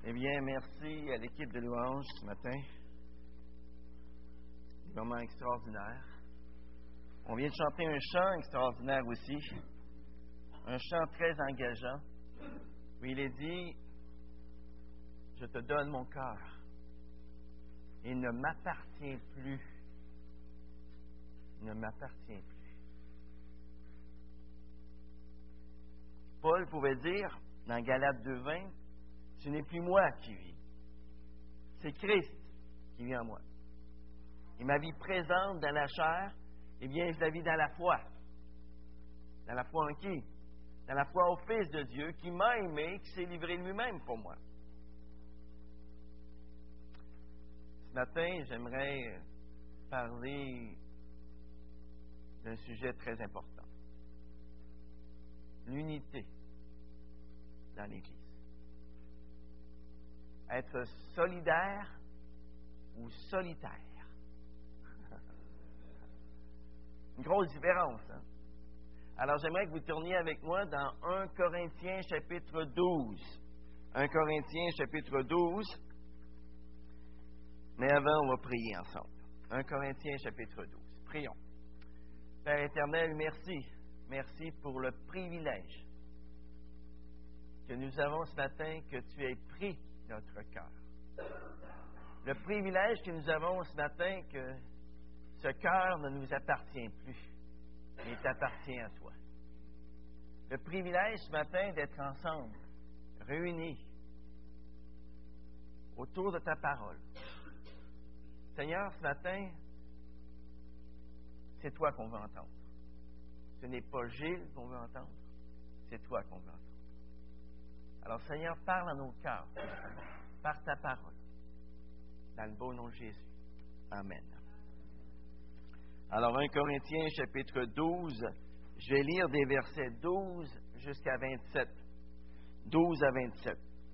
Eh bien, merci à l'équipe de louange ce matin. Un moment extraordinaire. On vient de chanter un chant extraordinaire aussi. Un chant très engageant. Où il est dit, je te donne mon cœur. Il ne m'appartient plus. Il ne m'appartient plus. Paul pouvait dire, dans Galates 2:20, ce n'est plus moi qui vis. C'est Christ qui vit en moi. Et ma vie présente dans la chair, eh bien, je la vis dans la foi. Dans la foi en qui? Dans la foi au Fils de Dieu qui m'a aimé, qui s'est livré lui-même pour moi. Ce matin, j'aimerais parler d'un sujet très important. L'unité dans l'Église. Être solidaire ou solitaire. Une grosse différence, hein? Alors, j'aimerais que vous tourniez avec moi dans 1 Corinthiens chapitre 12. 1 Corinthiens chapitre 12. Mais avant, on va prier ensemble. 1 Corinthiens chapitre 12. Prions. Père éternel, merci. Merci pour le privilège que nous avons ce matin que tu aies pris notre cœur. Le privilège que nous avons ce matin que ce cœur ne nous appartient plus, mais t'appartient à toi. Le privilège ce matin d'être ensemble, réunis autour de ta parole. Seigneur, ce matin, c'est toi qu'on veut entendre. Ce n'est pas Gilles qu'on veut entendre, c'est toi qu'on veut entendre. Alors, Seigneur, parle à nos cœurs, par ta parole, dans le beau nom de Jésus. Amen. Alors, 1 Corinthiens, chapitre 12, je vais lire des versets 12 jusqu'à 27. 12 à 27.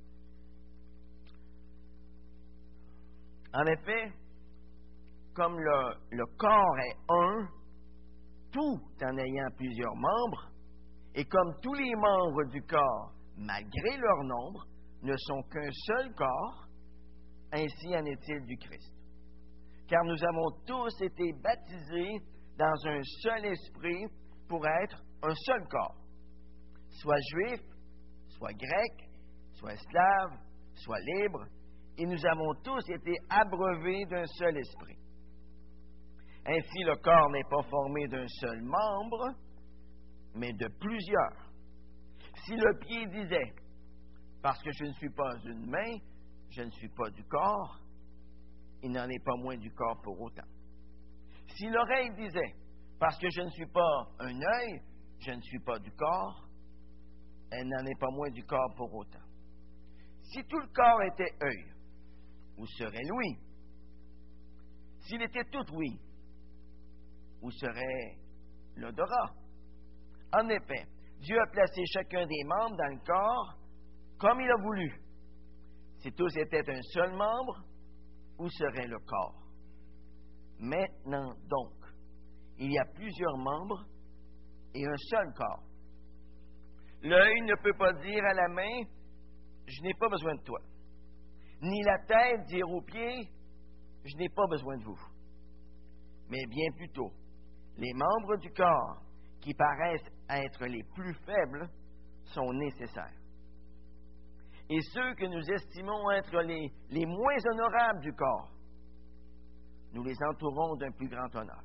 En effet, comme le corps est un, tout en ayant plusieurs membres, et comme tous les membres du corps, malgré leur nombre, ne sont qu'un seul corps, ainsi en est-il du Christ. Car nous avons tous été baptisés dans un seul esprit pour être un seul corps, soit juif, soit grec, soit esclave, soit libre, et nous avons tous été abreuvés d'un seul esprit. Ainsi, le corps n'est pas formé d'un seul membre, mais de plusieurs. Si le pied disait, parce que je ne suis pas une main, je ne suis pas du corps, il n'en est pas moins du corps pour autant. Si l'oreille disait, parce que je ne suis pas un œil, je ne suis pas du corps, elle n'en est pas moins du corps pour autant. Si tout le corps était œil, où serait l'ouïe? S'il était tout ouïe, où serait l'odorat? En effet, Dieu a placé chacun des membres dans le corps comme il a voulu. Si tous étaient un seul membre, où serait le corps? Maintenant donc, il y a plusieurs membres et un seul corps. L'œil ne peut pas dire à la main, je n'ai pas besoin de toi. Ni la tête dire aux pieds, je n'ai pas besoin de vous. Mais bien plutôt, les membres du corps qui paraissent être les plus faibles sont nécessaires. Et ceux que nous estimons être les moins honorables du corps, nous les entourons d'un plus grand honneur.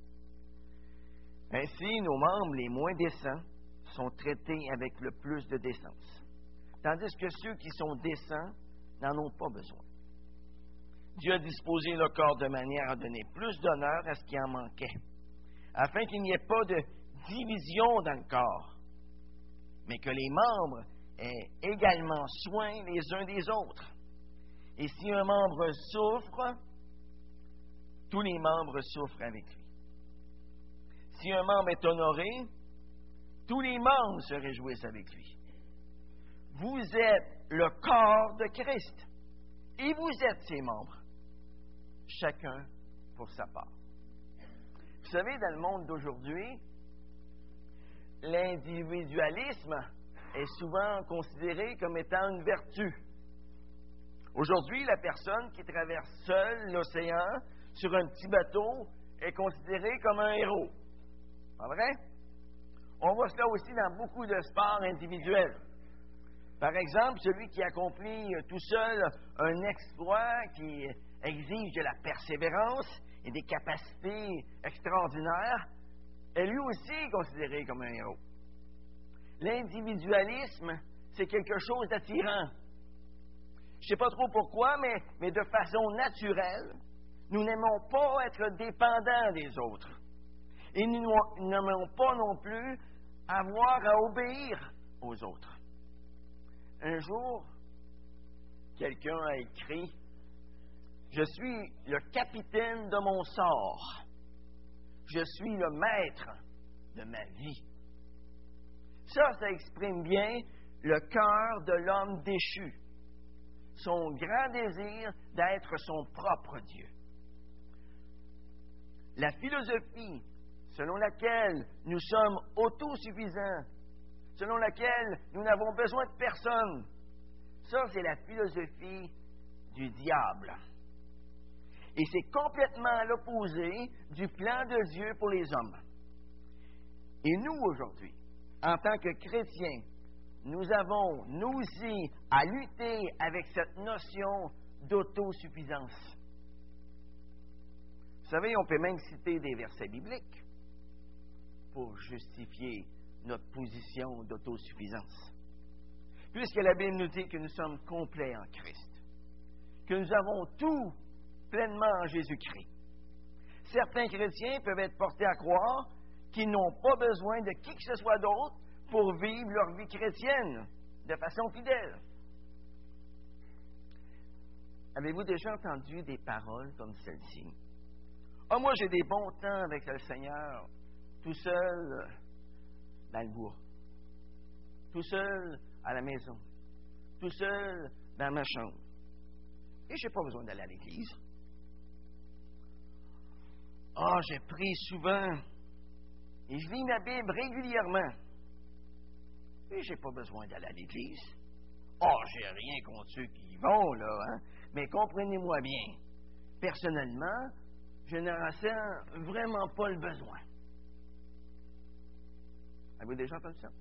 Ainsi, nos membres les moins décents sont traités avec le plus de décence, tandis que ceux qui sont décents n'en ont pas besoin. Dieu a disposé le corps de manière à donner plus d'honneur à ce qui en manquait, afin qu'il n'y ait pas de division dans le corps, mais que les membres aient également soin les uns des autres. Et si un membre souffre, tous les membres souffrent avec lui. Si un membre est honoré, tous les membres se réjouissent avec lui. Vous êtes le corps de Christ, et vous êtes ses membres, chacun pour sa part. Vous savez, dans le monde d'aujourd'hui, l'individualisme est souvent considéré comme étant une vertu. Aujourd'hui, la personne qui traverse seule l'océan sur un petit bateau est considérée comme un héros. Pas vrai? On voit cela aussi dans beaucoup de sports individuels. Par exemple, celui qui accomplit tout seul un exploit qui exige de la persévérance et des capacités extraordinaires est lui aussi considéré comme un héros. L'individualisme, c'est quelque chose d'attirant. Je ne sais pas trop pourquoi, mais de façon naturelle, nous n'aimons pas être dépendants des autres. Et nous n'aimons pas non plus avoir à obéir aux autres. Un jour, quelqu'un a écrit « Je suis le capitaine de mon sort. Je suis le maître de ma vie. » Ça exprime bien le cœur de l'homme déchu, son grand désir d'être son propre Dieu. La philosophie selon laquelle nous sommes autosuffisants, selon laquelle nous n'avons besoin de personne, ça, c'est la philosophie du diable. Et c'est complètement l'opposé du plan de Dieu pour les hommes. Et nous, aujourd'hui, en tant que chrétiens, nous avons, nous aussi, à lutter avec cette notion d'autosuffisance. Vous savez, on peut même citer des versets bibliques pour justifier notre position d'autosuffisance. Puisque la Bible nous dit que nous sommes complets en Christ, que nous avons tout pleinement en Jésus-Christ. Certains chrétiens peuvent être portés à croire qu'ils n'ont pas besoin de qui que ce soit d'autre pour vivre leur vie chrétienne de façon fidèle. Avez-vous déjà entendu des paroles comme celle-ci? « Ah, moi, j'ai des bons temps avec le Seigneur, tout seul dans le bois, tout seul à la maison, tout seul dans ma chambre. Et je n'ai pas besoin d'aller à l'église. Ah, j'ai prie souvent et je lis ma Bible régulièrement. Et je n'ai pas besoin d'aller à l'église. Ah, j'ai rien contre ceux qui y vont, là, hein? Mais comprenez-moi bien, personnellement, je ne ressens vraiment pas le besoin. » Avez-vous déjà entendu ça?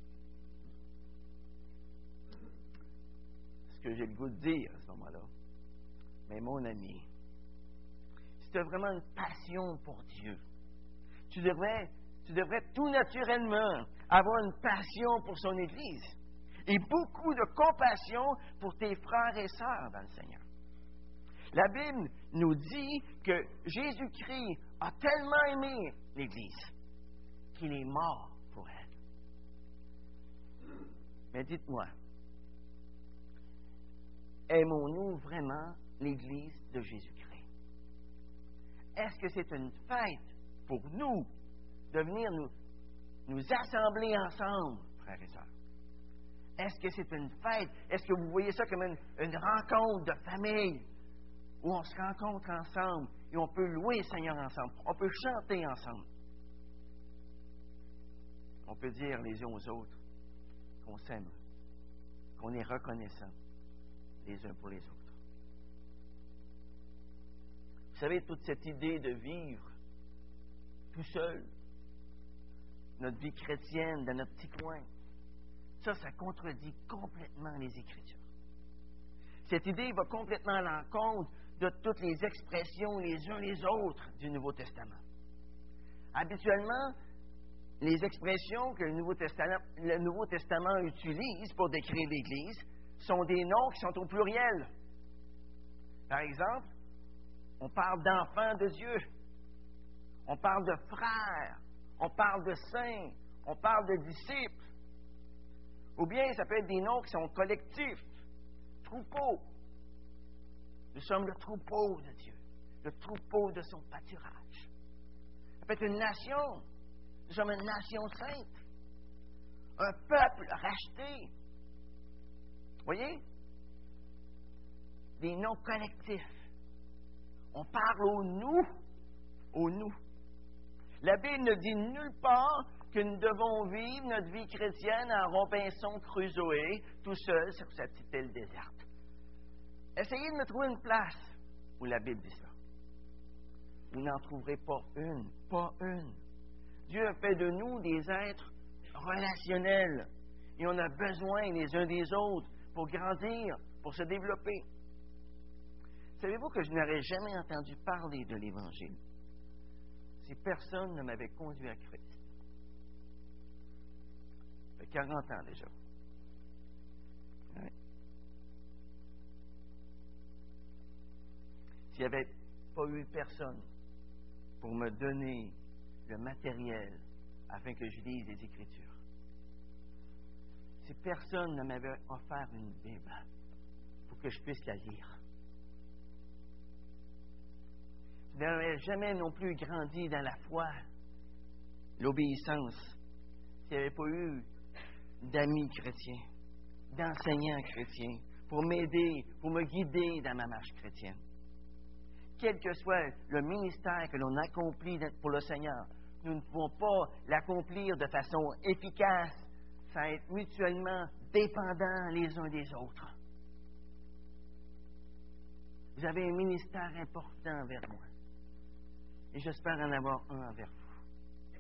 Ce que j'ai le goût de dire à ce moment-là. Mais mon ami, si tu as vraiment une passion pour Dieu, tu devrais tout naturellement avoir une passion pour son Église et beaucoup de compassion pour tes frères et sœurs dans le Seigneur. La Bible nous dit que Jésus-Christ a tellement aimé l'Église qu'il est mort pour elle. Mais dites-moi, aimons-nous vraiment l'Église de Jésus-Christ? Est-ce que c'est une fête pour nous de venir nous assembler ensemble, frères et sœurs? Est-ce que c'est une fête? Est-ce que vous voyez ça comme une rencontre de famille où on se rencontre ensemble et on peut louer le Seigneur ensemble, on peut chanter ensemble? On peut dire les uns aux autres qu'on s'aime, qu'on est reconnaissants les uns pour les autres. Vous savez, toute cette idée de vivre tout seul, notre vie chrétienne dans notre petit coin, ça contredit complètement les Écritures. Cette idée va complètement à l'encontre de toutes les expressions les uns les autres du Nouveau Testament. Habituellement, les expressions que le Nouveau Testament utilise pour décrire l'Église sont des noms qui sont au pluriel. Par exemple, on parle d'enfants de Dieu, on parle de frères, on parle de saints, on parle de disciples. Ou bien ça peut être des noms qui sont collectifs, troupeau. Nous sommes le troupeau de Dieu, le troupeau de son pâturage. Ça peut être une nation. Nous sommes une nation sainte, un peuple racheté. Vous voyez? Des noms collectifs. On parle au nous, au nous. La Bible ne dit nulle part que nous devons vivre notre vie chrétienne en Robinson Crusoe, tout seul sur sa petite île déserte. Essayez de me trouver une place où la Bible dit ça. Vous n'en trouverez pas une, pas une. Dieu a fait de nous des êtres relationnels. Et on a besoin les uns des autres pour grandir, pour se développer. Savez-vous que je n'aurais jamais entendu parler de l'Évangile si personne ne m'avait conduit à Christ? Ça fait 40 ans déjà. Ouais. S'il n'y avait pas eu personne pour me donner le matériel afin que je lise les Écritures, si personne ne m'avait offert une Bible pour que je puisse la lire, je n'aurais jamais non plus grandi dans la foi, l'obéissance, s'il n'y avait pas eu d'amis chrétiens, d'enseignants chrétiens, pour m'aider, pour me guider dans ma marche chrétienne. Quel que soit le ministère que l'on accomplit pour le Seigneur, nous ne pouvons pas l'accomplir de façon efficace sans être mutuellement dépendants les uns des autres. Vous avez un ministère important envers moi. Et j'espère en avoir un envers vous.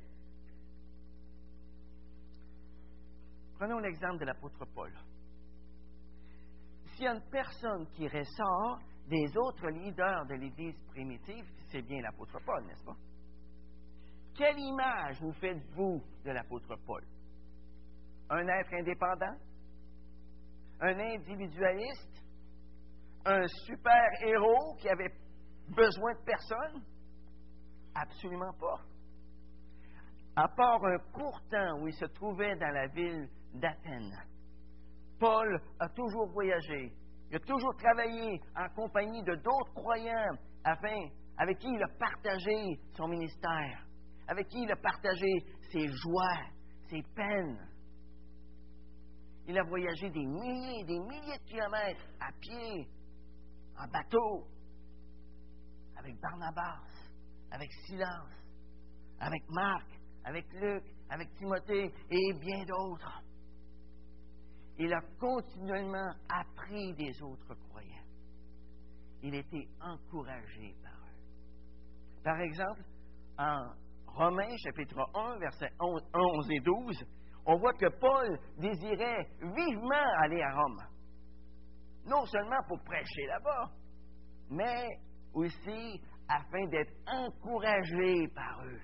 Prenons l'exemple de l'apôtre Paul. S'il y a une personne qui ressort des autres leaders de l'Église primitive, c'est bien l'apôtre Paul, n'est-ce pas? Quelle image vous faites-vous de l'apôtre Paul? Un être indépendant? Un individualiste? Un super-héros qui avait besoin de personne? Absolument pas. À part un court temps où il se trouvait dans la ville d'Athènes, Paul a toujours voyagé. Il a toujours travaillé en compagnie de d'autres croyants avec qui il a partagé son ministère, avec qui il a partagé ses joies, ses peines. Il a voyagé des milliers de kilomètres à pied, en bateau, avec Barnabas, avec Silas, avec Marc, avec Luc, avec Timothée et bien d'autres. Il a continuellement appris des autres croyants. Il a été encouragé par eux. Par exemple, en Romains, chapitre 1, versets 11 et 12, on voit que Paul désirait vivement aller à Rome. Non seulement pour prêcher là-bas, mais aussi afin d'être encouragé par eux.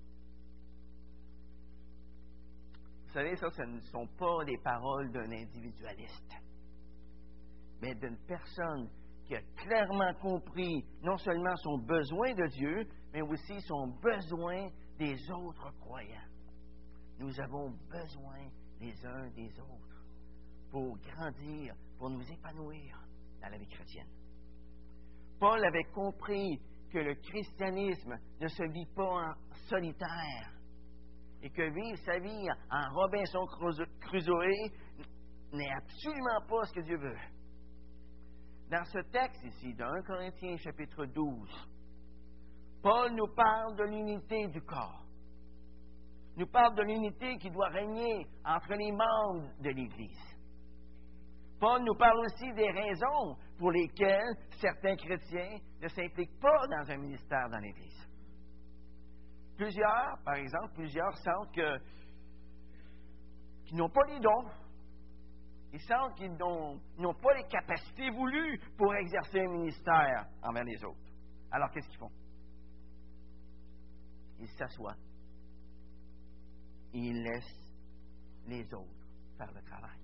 Vous savez, ça, ce ne sont pas les paroles d'un individualiste, mais d'une personne qui a clairement compris non seulement son besoin de Dieu, mais aussi son besoin des autres croyants. Nous avons besoin les uns des autres pour grandir, pour nous épanouir dans la vie chrétienne. Paul avait compris que le christianisme ne se vit pas en solitaire et que vivre sa vie en Robinson Crusoe n'est absolument pas ce que Dieu veut. Dans ce texte ici, de 1 Corinthiens chapitre 12, Paul nous parle de l'unité du corps. Nous parle de l'unité qui doit régner entre les membres de l'Église. Paul nous parle aussi des raisons pour lesquelles certains chrétiens ne s'impliquent pas dans un ministère dans l'Église. Par exemple, sentent qu'ils n'ont pas les dons. Ils sentent qu'ils n'ont pas les capacités voulues pour exercer un ministère envers les autres. Alors, qu'est-ce qu'ils font? Ils s'assoient et ils laissent les autres faire le travail.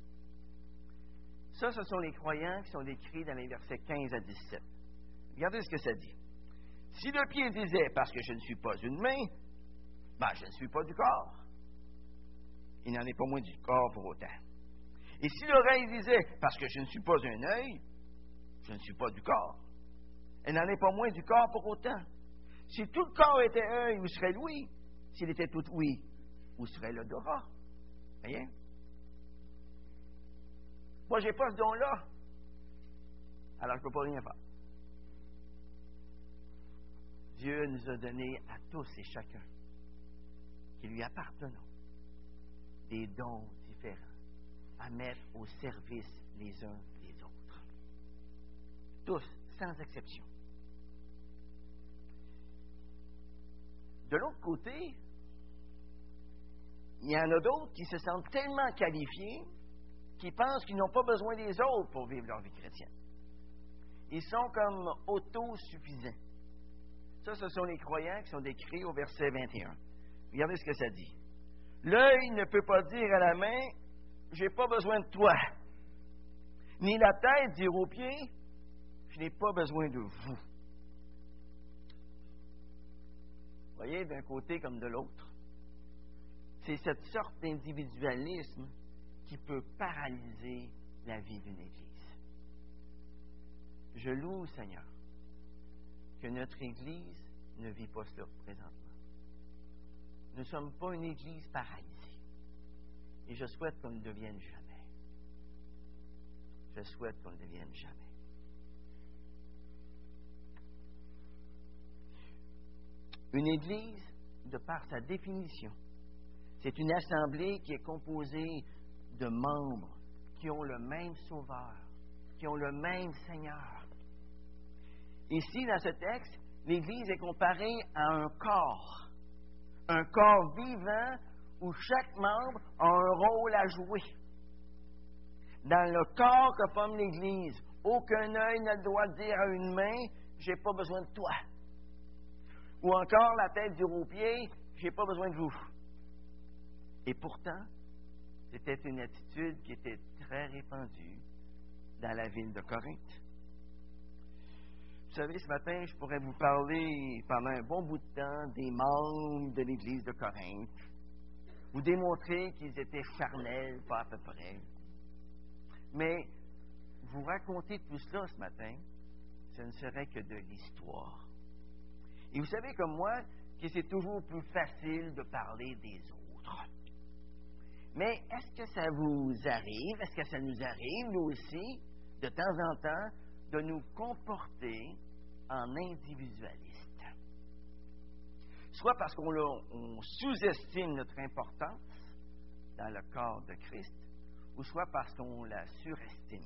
Ça, ce sont les croyants qui sont décrits dans les versets 15 à 17. Regardez ce que ça dit. Si le pied disait « parce que je ne suis pas une main », je ne suis pas du corps. Il n'en est pas moins du corps pour autant. Et si l'oreille disait « parce que je ne suis pas un œil », je ne suis pas du corps. Elle n'en est pas moins du corps pour autant. Si tout le corps était œil, où serait l'ouïe? S'il était tout ouïe, où serait l'odorat? Voyez? Moi, je n'ai pas ce don-là. Alors, je ne peux pas rien faire. Dieu nous a donné à tous et chacun, qui lui appartenons, des dons différents à mettre au service les uns des autres. Tous, sans exception. De l'autre côté, il y en a d'autres qui se sentent tellement qualifiés qu'ils pensent qu'ils n'ont pas besoin des autres pour vivre leur vie chrétienne. Ils sont comme autosuffisants. Ça, ce sont les croyants qui sont décrits au verset 21. Regardez ce que ça dit. L'œil ne peut pas dire à la main, « J'ai pas besoin de toi. » Ni la tête dire aux pieds, « Je n'ai pas besoin de vous. » Vous voyez, d'un côté comme de l'autre, c'est cette sorte d'individualisme qui peut paralyser la vie d'une Église. Je loue, Seigneur, que notre Église ne vit pas cela présentement. Nous ne sommes pas une Église paralysée. Et je souhaite qu'on ne devienne jamais. Je souhaite qu'on ne devienne jamais. Une Église, de par sa définition, c'est une assemblée qui est composée de membres qui ont le même Sauveur, qui ont le même Seigneur. Ici, dans ce texte, l'Église est comparée à un corps vivant où chaque membre a un rôle à jouer. Dans le corps que forme l'Église, aucun œil ne doit dire à une main, « J'ai pas besoin de toi. » Ou encore la tête dire aux pieds, « J'ai pas besoin de vous. » Et pourtant, c'était une attitude qui était très répandue dans la ville de Corinthe. Vous savez, ce matin, je pourrais vous parler pendant un bon bout de temps des membres de l'Église de Corinthe, vous démontrer qu'ils étaient charnels, pas à peu près. Mais vous raconter tout cela ce matin, ce ne serait que de l'histoire. Et vous savez comme moi que c'est toujours plus facile de parler des autres. Mais est-ce que ça vous arrive, est-ce que ça nous arrive, nous aussi, de temps en temps, de nous comporter en individualiste? Soit parce qu'on sous-estime notre importance dans le corps de Christ, ou soit parce qu'on la surestime.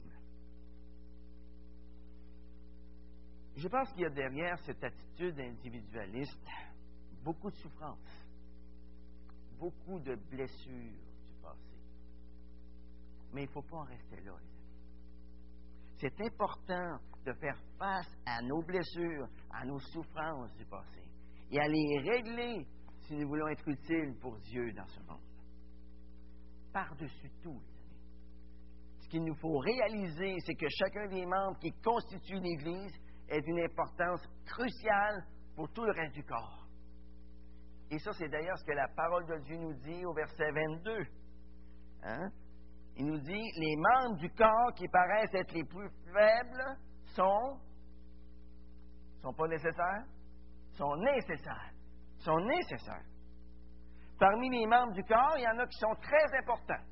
Je pense qu'il y a derrière cette attitude individualiste beaucoup de souffrance, beaucoup de blessures du passé. Mais il ne faut pas en rester là, les amis. C'est important de faire face à nos blessures, à nos souffrances du passé, et à les régler si nous voulons être utiles pour Dieu dans ce monde. Par-dessus tout, les amis, ce qu'il nous faut réaliser, c'est que chacun des membres qui constituent l'Église est d'une importance cruciale pour tout le reste du corps. Et ça, c'est d'ailleurs ce que la parole de Dieu nous dit au verset 22. Hein? Il nous dit, les membres du corps qui paraissent être les plus faibles sont pas nécessaires? Sont nécessaires. Parmi les membres du corps, il y en a qui sont très importants.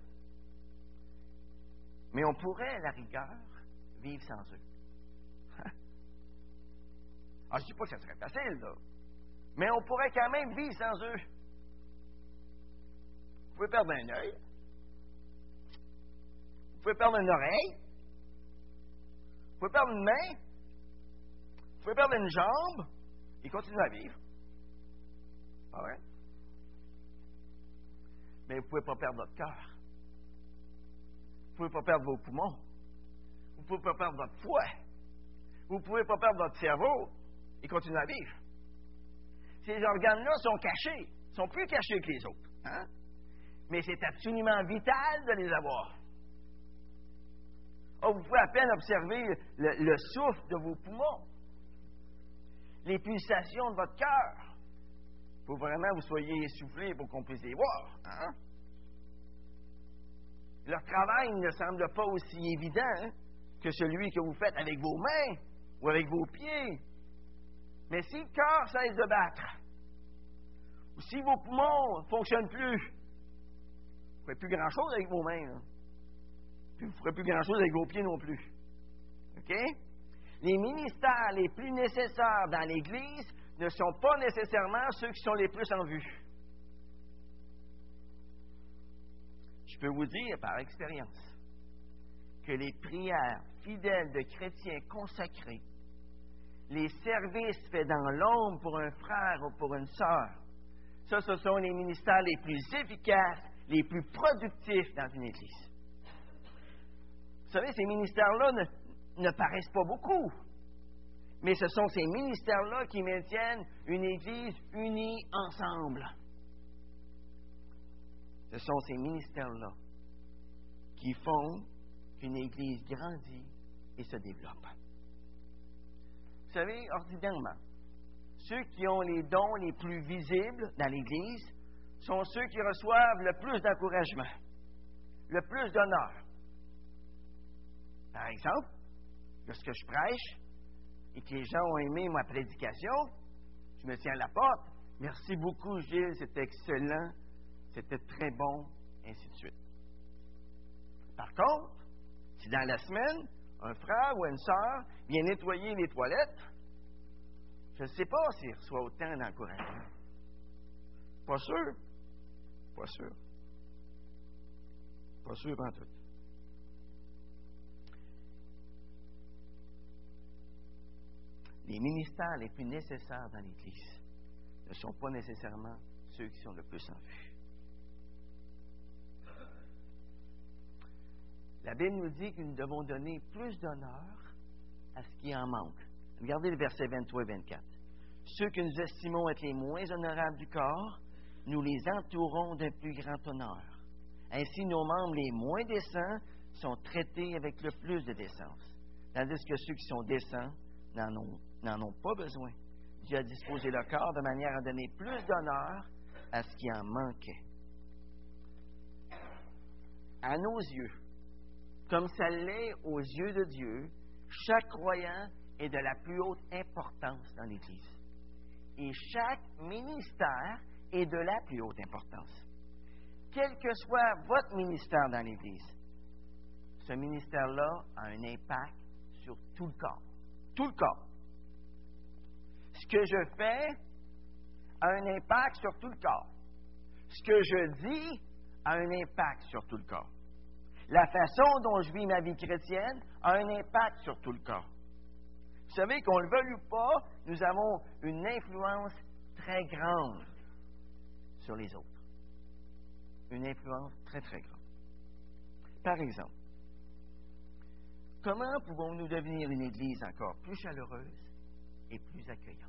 Mais on pourrait, à la rigueur, vivre sans eux. Alors, je ne dis pas que ça serait facile, là. Mais on pourrait quand même vivre sans eux. Vous pouvez perdre un œil. Vous pouvez perdre une oreille. Vous pouvez perdre une main. Vous pouvez perdre une jambe. Et continuer à vivre. Ah ouais? Mais vous ne pouvez pas perdre votre cœur. Vous ne pouvez pas perdre vos poumons. Vous ne pouvez pas perdre votre foie. Vous ne pouvez pas perdre votre cerveau et continuer à vivre. Ces organes-là sont cachés. Ils sont plus cachés que les autres. Hein? Mais c'est absolument vital de les avoir. Oh, vous pouvez à peine observer le souffle de vos poumons, les pulsations de votre cœur. Il faut vraiment que vous soyez essoufflés pour qu'on puisse les voir. Hein? Leur travail ne semble pas aussi évident que celui que vous faites avec vos mains ou avec vos pieds. Mais si le cœur cesse de battre, ou si vos poumons ne fonctionnent plus, vous ne ferez plus grand-chose avec vos mains. Là. Puis vous ne ferez plus grand-chose avec vos pieds non plus. OK? Les ministères les plus nécessaires dans l'Église ne sont pas nécessairement ceux qui sont les plus en vue. Je peux vous dire par expérience que les prières fidèles de chrétiens consacrés, les services faits dans l'ombre pour un frère ou pour une sœur, ça, ce sont les ministères les plus efficaces, les plus productifs dans une Église. Vous savez, ces ministères-là ne paraissent pas beaucoup, mais ce sont ces ministères-là qui maintiennent une Église unie ensemble. Ce sont ces ministères-là qui font qu'une Église grandit et se développe. Vous savez, ordinairement, ceux qui ont les dons les plus visibles dans l'Église sont ceux qui reçoivent le plus d'encouragement, le plus d'honneur. Par exemple, lorsque je prêche et que les gens ont aimé ma prédication, je me tiens à la porte. Merci beaucoup, Gilles, c'était excellent, c'était très bon, ainsi de suite. Par contre, si dans la semaine, un frère ou une sœur vient nettoyer les toilettes, je ne sais pas s'il reçoit autant d'encouragement. Pas sûr. Pas sûr. Pas sûr en tout. Les ministères les plus nécessaires dans l'Église ne sont pas nécessairement ceux qui sont le plus en vue. La Bible nous dit que nous devons donner plus d'honneur à ce qui en manque. Regardez le verset 23 et 24. Ceux que nous estimons être les moins honorables du corps, nous les entourons d'un plus grand honneur. Ainsi, nos membres les moins décents sont traités avec le plus de décence, tandis que ceux qui sont décents n'en ont pas besoin. Dieu a disposé le corps de manière à donner plus d'honneur à ce qui en manquait. À nos yeux, comme ça l'est aux yeux de Dieu, chaque croyant est de la plus haute importance dans l'Église. Et chaque ministère est de la plus haute importance. Quel que soit votre ministère dans l'Église, ce ministère-là a un impact sur tout le corps. Tout le corps. Ce que je fais a un impact sur tout le corps. Ce que je dis a un impact sur tout le corps. La façon dont je vis ma vie chrétienne a un impact sur tout le corps. Vous savez, qu'on le veuille ou pas, nous avons une influence très grande sur les autres. Une influence très, très grande. Par exemple, comment pouvons-nous devenir une Église encore plus chaleureuse et plus accueillante?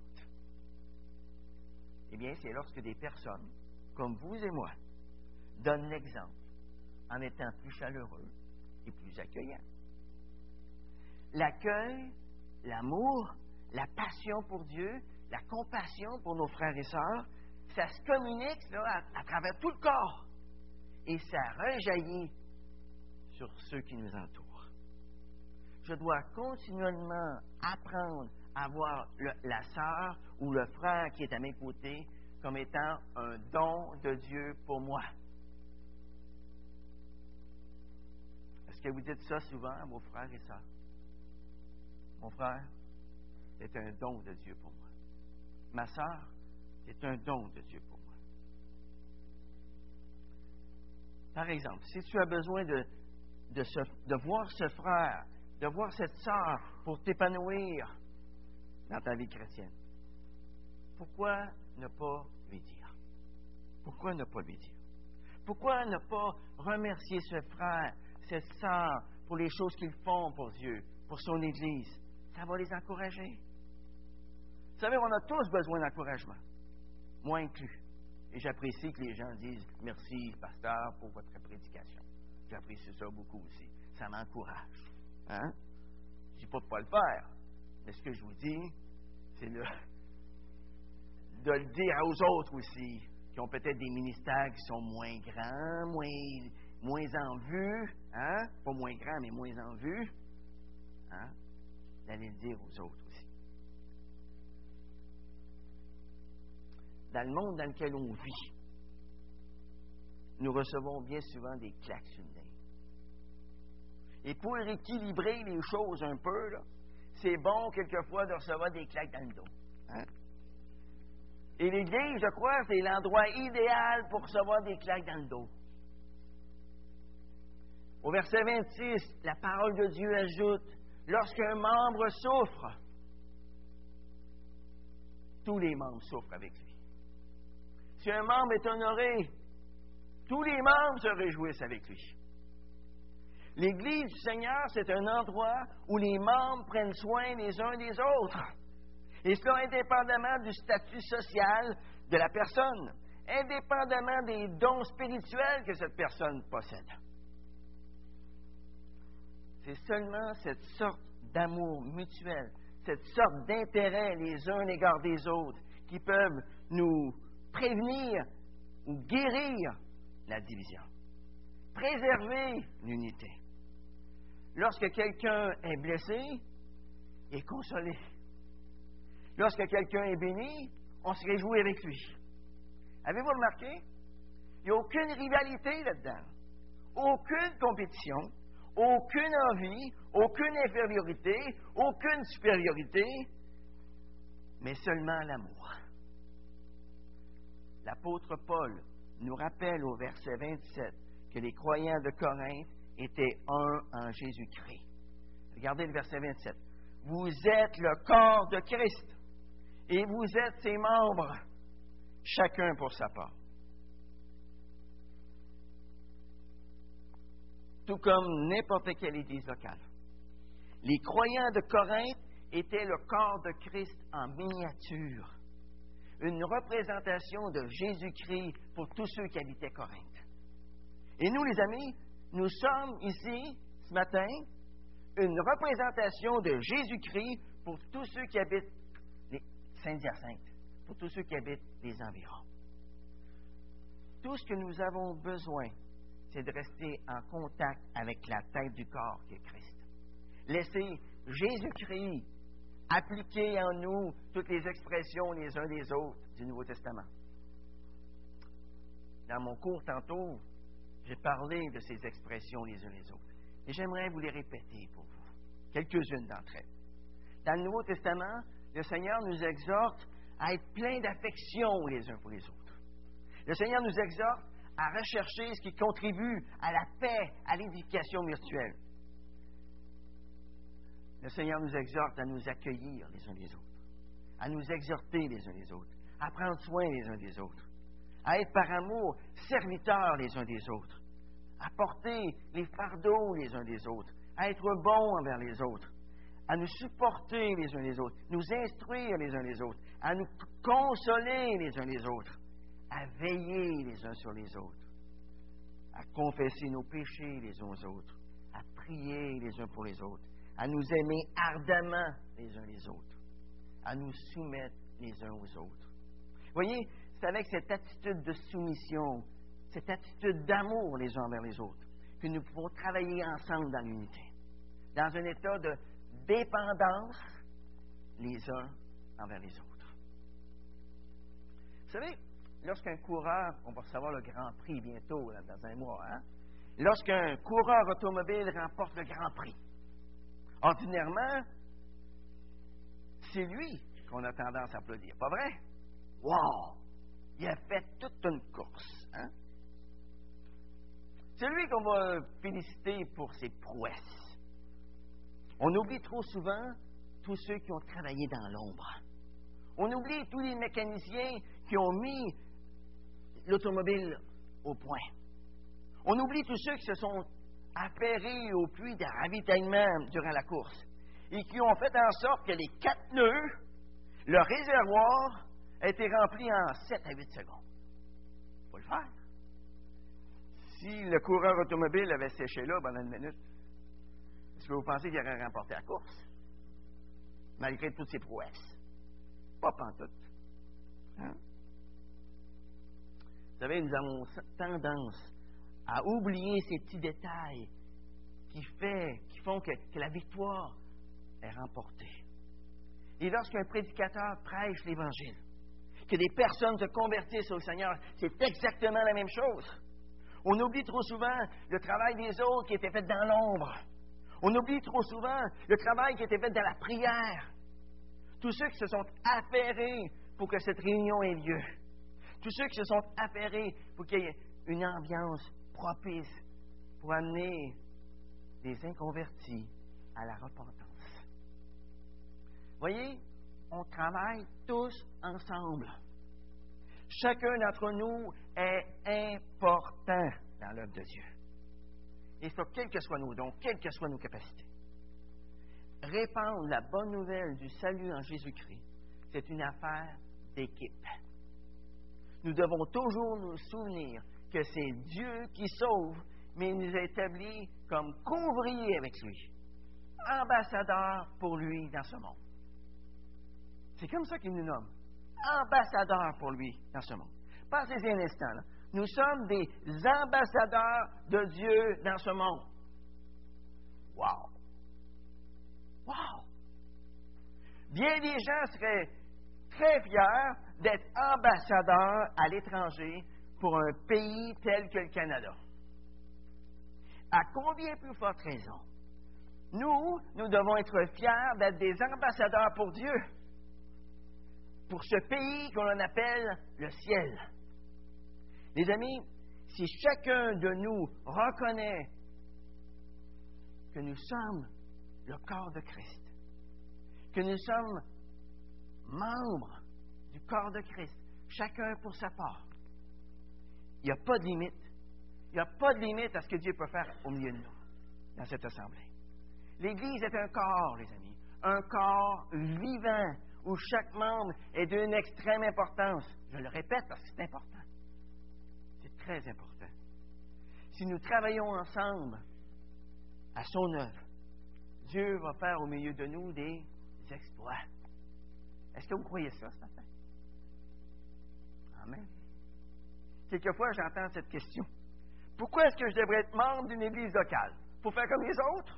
Eh bien, c'est lorsque des personnes, comme vous et moi, donnent l'exemple en étant plus chaleureux et plus accueillants. L'accueil, l'amour, la passion pour Dieu, la compassion pour nos frères et sœurs, ça se communique là, à travers tout le corps. Et ça rejaillit sur ceux qui nous entourent. Je dois continuellement apprendre à voir la sœur ou le frère qui est à mes côtés comme étant un don de Dieu pour moi. Est-ce que vous dites ça souvent à vos frères et sœurs? Mon frère, c'est un don de Dieu pour moi. Ma sœur, c'est un don de Dieu pour moi. Par exemple, si tu as besoin de voir ce frère, de voir cette sœur pour t'épanouir dans ta vie chrétienne, pourquoi ne pas lui dire? Pourquoi ne pas lui dire? Pourquoi ne pas remercier ce frère, cette sœur, pour les choses qu'ils font pour Dieu, pour son Église? Ça va les encourager. Vous savez, on a tous besoin d'encouragement, moi inclus. Et j'apprécie que les gens disent « Merci, pasteur, pour votre prédication. » J'apprécie ça beaucoup aussi. Ça m'encourage. Hein? Je ne dis pas de ne pas le faire, mais ce que je vous dis, c'est de le dire aux autres aussi, qui ont peut-être des ministères qui sont moins grands, moins en vue, hein? Pas moins grands, mais moins en vue. Hein? D'aller le dire aux autres aussi. Dans le monde dans lequel on vit, nous recevons bien souvent des claques sur le nez. Et pour équilibrer les choses un peu, là, c'est bon quelquefois de recevoir des claques dans le dos. Hein? Et l'Église, je crois, c'est l'endroit idéal pour recevoir des claques dans le dos. Au verset 26, la parole de Dieu ajoute, lorsqu'un membre souffre, tous les membres souffrent avec lui. Si un membre est honoré, tous les membres se réjouissent avec lui. L'Église du Seigneur, c'est un endroit où les membres prennent soin les uns des autres. Et cela indépendamment du statut social de la personne, indépendamment des dons spirituels que cette personne possède. C'est seulement cette sorte d'amour mutuel, cette sorte d'intérêt les uns à l'égard des autres qui peuvent nous prévenir ou guérir la division, préserver l'unité. Lorsque quelqu'un est blessé, il est consolé. Lorsque quelqu'un est béni, on se réjouit avec lui. Avez-vous remarqué? Il n'y a aucune rivalité là-dedans, aucune compétition, aucune envie, aucune infériorité, aucune supériorité, mais seulement l'amour. L'apôtre Paul nous rappelle au verset 27 que les croyants de Corinthe étaient un en Jésus-Christ. Regardez le verset 27. Vous êtes le corps de Christ et vous êtes ses membres, chacun pour sa part. Tout comme n'importe quelle église locale. Les croyants de Corinthe étaient le corps de Christ en miniature, une représentation de Jésus-Christ pour tous ceux qui habitaient Corinthe. Et nous, les amis, nous sommes ici, ce matin, une représentation de Jésus-Christ pour tous ceux qui habitent les Saint-Hyacinthe, pour tous ceux qui habitent les environs. Tout ce que nous avons besoin, c'est de rester en contact avec la tête du corps qui est Christ. Laissez Jésus-Christ appliquer en nous toutes les expressions les uns des autres du Nouveau Testament. Dans mon cours tantôt, j'ai parlé de ces expressions les uns les autres. Et j'aimerais vous les répéter pour vous, quelques-unes d'entre elles. Dans le Nouveau Testament, le Seigneur nous exhorte à être pleins d'affection les uns pour les autres. Le Seigneur nous exhorte à rechercher ce qui contribue à la paix, à l'édification mutuelle. Le Seigneur nous exhorte à nous accueillir les uns les autres, à nous exhorter les uns les autres, à prendre soin les uns des autres, à être par amour serviteurs les uns des autres, à porter les fardeaux les uns des autres, à être bons envers les autres, à nous supporter les uns les autres, nous instruire les uns les autres, à nous consoler les uns les autres, à veiller les uns sur les autres, à confesser nos péchés les uns aux autres, à prier les uns pour les autres, à nous aimer ardemment les uns les autres, à nous soumettre les uns aux autres. Vous voyez, c'est avec cette attitude de soumission, cette attitude d'amour les uns envers les autres, que nous pouvons travailler ensemble dans l'unité, dans un état de dépendance les uns envers les autres. Vous savez, lorsqu'un coureur, on va recevoir le Grand Prix bientôt, là, dans un mois, hein? Lorsqu'un coureur automobile remporte le Grand Prix, ordinairement, c'est lui qu'on a tendance à applaudir, pas vrai? Wow! Il a fait toute une course, hein? C'est lui qu'on va féliciter pour ses prouesses. On oublie trop souvent tous ceux qui ont travaillé dans l'ombre. On oublie tous les mécaniciens qui ont mis l'automobile au point. On oublie tous ceux qui se sont affairés au puits de ravitaillement durant la course et qui ont fait en sorte que les 4 nœuds, le réservoir, a été rempli en 7 à 8 secondes. Il faut le faire. Si le coureur automobile avait séché là pendant une minute, est-ce que vous pensez qu'il aurait remporté la course? Malgré toutes ses prouesses. Pas pantoute. Hein? Vous savez, nous avons tendance à oublier ces petits détails qui font que la victoire est remportée. Et lorsqu'un prédicateur prêche l'Évangile, que des personnes se convertissent au Seigneur, c'est exactement la même chose. On oublie trop souvent le travail des autres qui était fait dans l'ombre. On oublie trop souvent le travail qui était fait dans la prière. Tous ceux qui se sont affairés pour que cette réunion ait lieu. Tous ceux qui se sont affairés pour qu'il y ait une ambiance propice pour amener des inconvertis à la repentance. Voyez, on travaille tous ensemble. Chacun d'entre nous est important dans l'œuvre de Dieu. Et ça, quels que soient nos dons, quelles que soient nos capacités. Répandre la bonne nouvelle du salut en Jésus-Christ, c'est une affaire d'équipe. Nous devons toujours nous souvenir que c'est Dieu qui sauve, mais il nous a établis comme couvriers avec lui, ambassadeurs pour lui dans ce monde. C'est comme ça qu'il nous nomme, ambassadeurs pour lui dans ce monde. Pensez-y un instant, là. Nous sommes des ambassadeurs de Dieu dans ce monde. Wow! Wow! Bien des gens seraient très fiers d'être ambassadeurs à l'étranger pour un pays tel que le Canada. À combien plus forte raison, nous devons être fiers d'être des ambassadeurs pour Dieu, pour ce pays qu'on appelle le ciel. Les amis, si chacun de nous reconnaît que nous sommes le corps de Christ, que nous sommes membres du corps de Christ, chacun pour sa part, il n'y a pas de limite. Il n'y a pas de limite à ce que Dieu peut faire au milieu de nous, dans cette assemblée. L'Église est un corps, les amis, un corps vivant, où chaque membre est d'une extrême importance. Je le répète parce que c'est important. C'est très important. Si nous travaillons ensemble à son œuvre, Dieu va faire au milieu de nous des exploits. Est-ce que vous croyez ça ce matin? Amen. Quelquefois, j'entends cette question. Pourquoi est-ce que je devrais être membre d'une église locale? Pour faire comme les autres?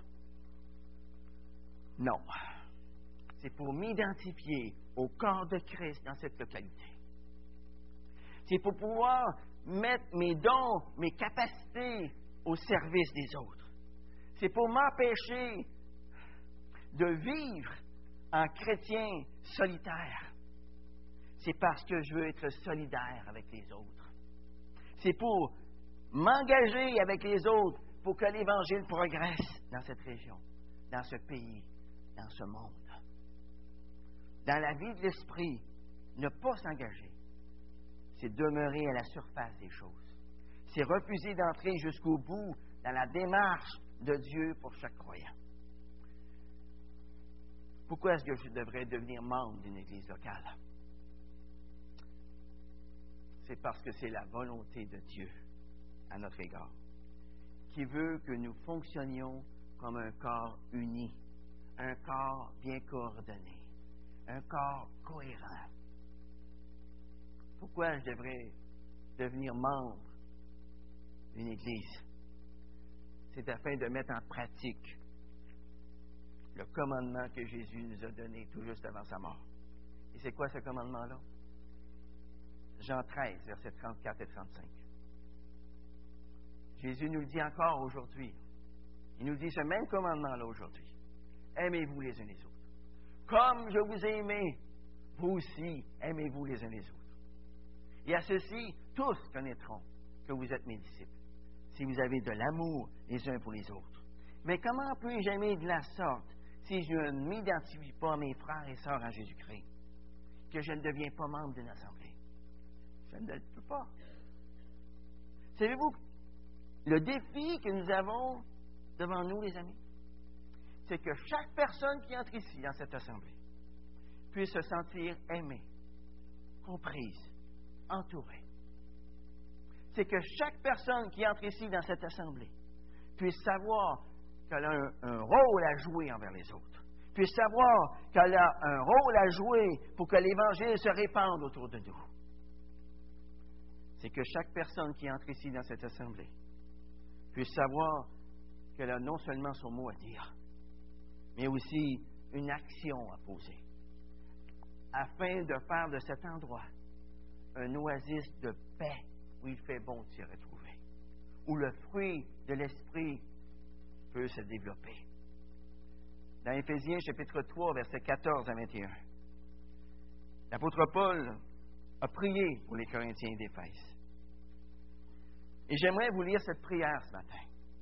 Non. C'est pour m'identifier au corps de Christ dans cette localité. C'est pour pouvoir mettre mes dons, mes capacités au service des autres. C'est pour m'empêcher de vivre en chrétien solitaire. C'est parce que je veux être solidaire avec les autres. C'est pour m'engager avec les autres pour que l'Évangile progresse dans cette région, dans ce pays, dans ce monde. Dans la vie de l'esprit, ne pas s'engager, c'est demeurer à la surface des choses. C'est refuser d'entrer jusqu'au bout dans la démarche de Dieu pour chaque croyant. Pourquoi est-ce que je devrais devenir membre d'une église locale? C'est parce que c'est la volonté de Dieu à notre égard, qui veut que nous fonctionnions comme un corps uni, un corps bien coordonné, un corps cohérent. Pourquoi je devrais devenir membre d'une église? C'est afin de mettre en pratique le commandement que Jésus nous a donné tout juste avant sa mort. Et c'est quoi ce commandement-là? Jean 13, versets 34 et 35. Jésus nous le dit encore aujourd'hui. Il nous dit ce même commandement-là aujourd'hui. Aimez-vous les uns les autres. Comme je vous ai aimé, vous aussi aimez-vous les uns les autres. Et à ceci, tous connaîtront que vous êtes mes disciples, si vous avez de l'amour les uns pour les autres. Mais comment puis-je aimer de la sorte si je ne m'identifie pas à mes frères et sœurs en Jésus-Christ, que je ne deviens pas membre d'une assemblée? Je ne le peux pas. Savez-vous, le défi que nous avons devant nous, les amis, c'est que chaque personne qui entre ici, dans cette assemblée, puisse se sentir aimée, comprise, entourée. C'est que chaque personne qui entre ici, dans cette assemblée, puisse savoir qu'elle a un rôle à jouer envers les autres, puisse savoir qu'elle a un rôle à jouer pour que l'Évangile se répande autour de nous. C'est que chaque personne qui entre ici, dans cette assemblée, puisse savoir qu'elle a non seulement son mot à dire, mais aussi une action à poser, afin de faire de cet endroit un oasis de paix où il fait bon de s'y retrouver, où le fruit de l'Esprit peut se développer. Dans Éphésiens, chapitre 3, versets 14 à 21, l'apôtre Paul a prié pour les Corinthiens d'Éphèse. Et j'aimerais vous lire cette prière ce matin.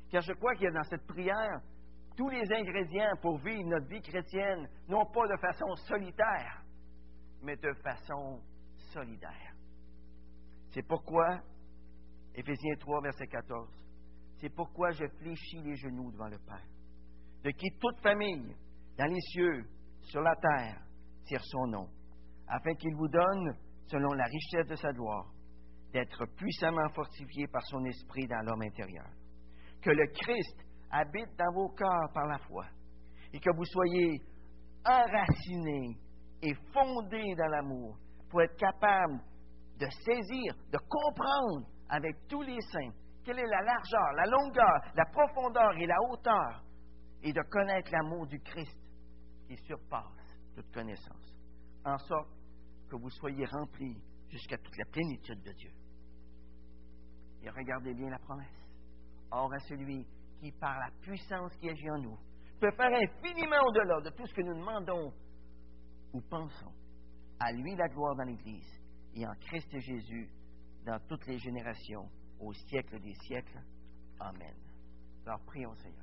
Car je crois qu'il y a dans cette prière tous les ingrédients pour vivre notre vie chrétienne, non pas de façon solitaire, mais de façon solidaire. C'est pourquoi, Éphésiens 3, verset 14, c'est pourquoi je fléchis les genoux devant le Père, de qui toute famille, dans les cieux, sur la terre, tire son nom, afin qu'il vous donne, selon la richesse de sa gloire, d'être puissamment fortifié par son esprit dans l'homme intérieur. Que le Christ habite dans vos cœurs par la foi, et que vous soyez enracinés et fondés dans l'amour, pour être capables de saisir, de comprendre avec tous les saints quelle est la largeur, la longueur, la profondeur et la hauteur, et de connaître l'amour du Christ qui surpasse toute connaissance, en sorte que vous soyez remplis jusqu'à toute la plénitude de Dieu. Et regardez bien la promesse. Or, à celui qui, par la puissance qui agit en nous, peut faire infiniment au-delà de tout ce que nous demandons ou pensons, à lui la gloire dans l'Église et en Christ Jésus dans toutes les générations, au siècle des siècles. Amen. Alors, prions, Seigneur.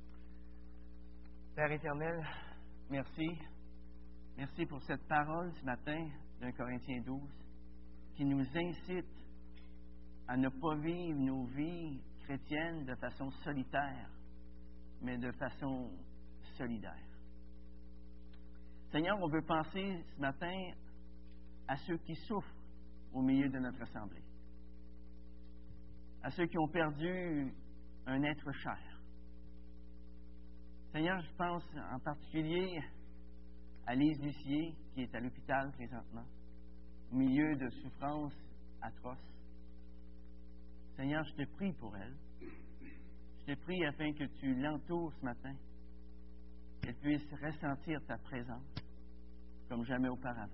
Père éternel, merci. Merci pour cette parole ce matin d'un Corinthiens 12 qui nous incite à ne pas vivre nos vies chrétiennes de façon solitaire, mais de façon solidaire. Seigneur, on veut penser ce matin à ceux qui souffrent au milieu de notre assemblée, à ceux qui ont perdu un être cher. Seigneur, je pense en particulier à Lise Lucier, qui est à l'hôpital présentement, au milieu de souffrances atroces. Seigneur, je te prie pour elle. Je te prie afin que tu l'entoures ce matin, qu'elle puisse ressentir ta présence comme jamais auparavant.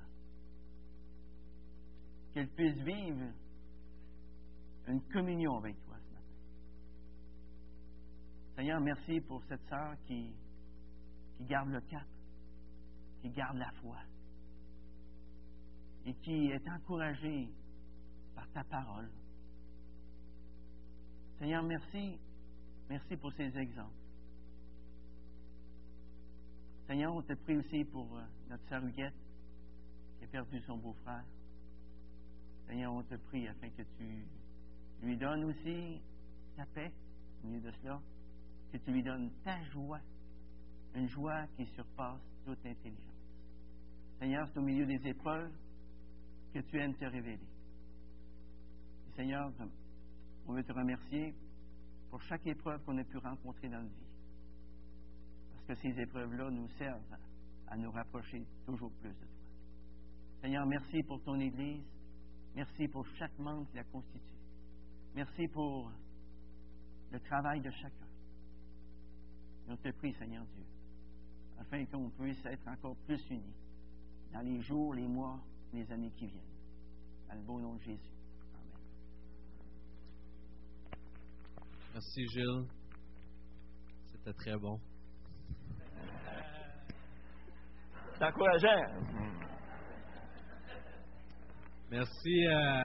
Qu'elle puisse vivre une communion avec toi ce matin. Seigneur, merci pour cette sœur qui garde le cap, qui garde la foi et qui est encouragée par ta parole. Seigneur, merci. Merci pour ces exemples. Seigneur, on te prie aussi pour notre sœur Huguette qui a perdu son beau-frère. Seigneur, on te prie afin que tu lui donnes aussi ta paix au milieu de cela, que tu lui donnes ta joie, une joie qui surpasse toute intelligence. Seigneur, c'est au milieu des épreuves que tu aimes te révéler. Et Seigneur, on veut te remercier pour chaque épreuve qu'on a pu rencontrer dans notre vie. Parce que ces épreuves-là nous servent à nous rapprocher toujours plus de toi. Seigneur, merci pour ton Église. Merci pour chaque membre qui la constitue. Merci pour le travail de chacun. Et on te prie, Seigneur Dieu, afin qu'on puisse être encore plus unis dans les jours, les mois, les années qui viennent. Dans le beau nom de Jésus. Merci Gilles. C'était très bon. C'est encourageant. Merci